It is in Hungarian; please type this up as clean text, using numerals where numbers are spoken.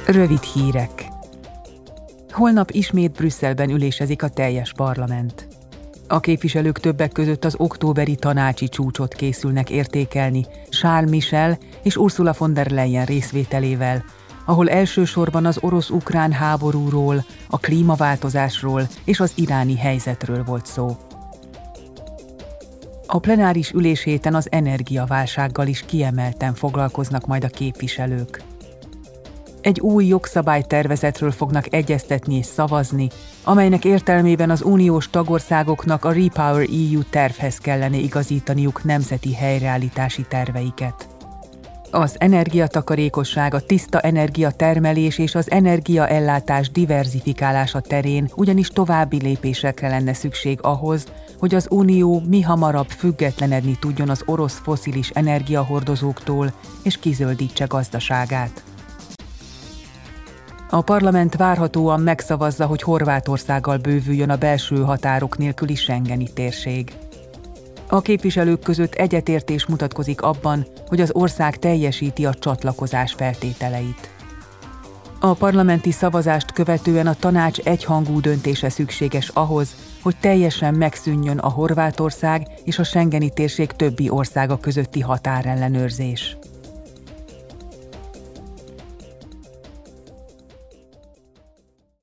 Rövid hírek. Holnap ismét Brüsszelben ülésezik a teljes parlament. A képviselők többek között az októberi tanácsi csúcsot készülnek értékelni Charles Michel és Ursula von der Leyen részvételével, ahol elsősorban az orosz-ukrán háborúról, a klímaváltozásról és az iráni helyzetről volt szó. A plenáris üléshéten az energiaválsággal is kiemelten foglalkoznak majd a képviselők. Egy új jogszabálytervezetről fognak egyeztetni és szavazni, amelynek értelmében az uniós tagországoknak a REPowerEU tervhez kellene igazítaniuk nemzeti helyreállítási terveiket. Az energiatakarékosság, a tiszta energiatermelés és az energiaellátás diverzifikálása terén ugyanis további lépésekre lenne szükség ahhoz, hogy az Unió mihamarabb függetlenedni tudjon az orosz fosszilis energiahordozóktól és kizöldítse gazdaságát. A parlament várhatóan megszavazza, hogy Horvátországgal bővüljön a belső határok nélküli schengeni térség. A képviselők között egyetértés mutatkozik abban, hogy az ország teljesíti a csatlakozás feltételeit. A parlamenti szavazást követően a tanács egyhangú döntése szükséges ahhoz, hogy teljesen megszűnjön a Horvátország és a schengeni térség többi országa közötti határellenőrzés.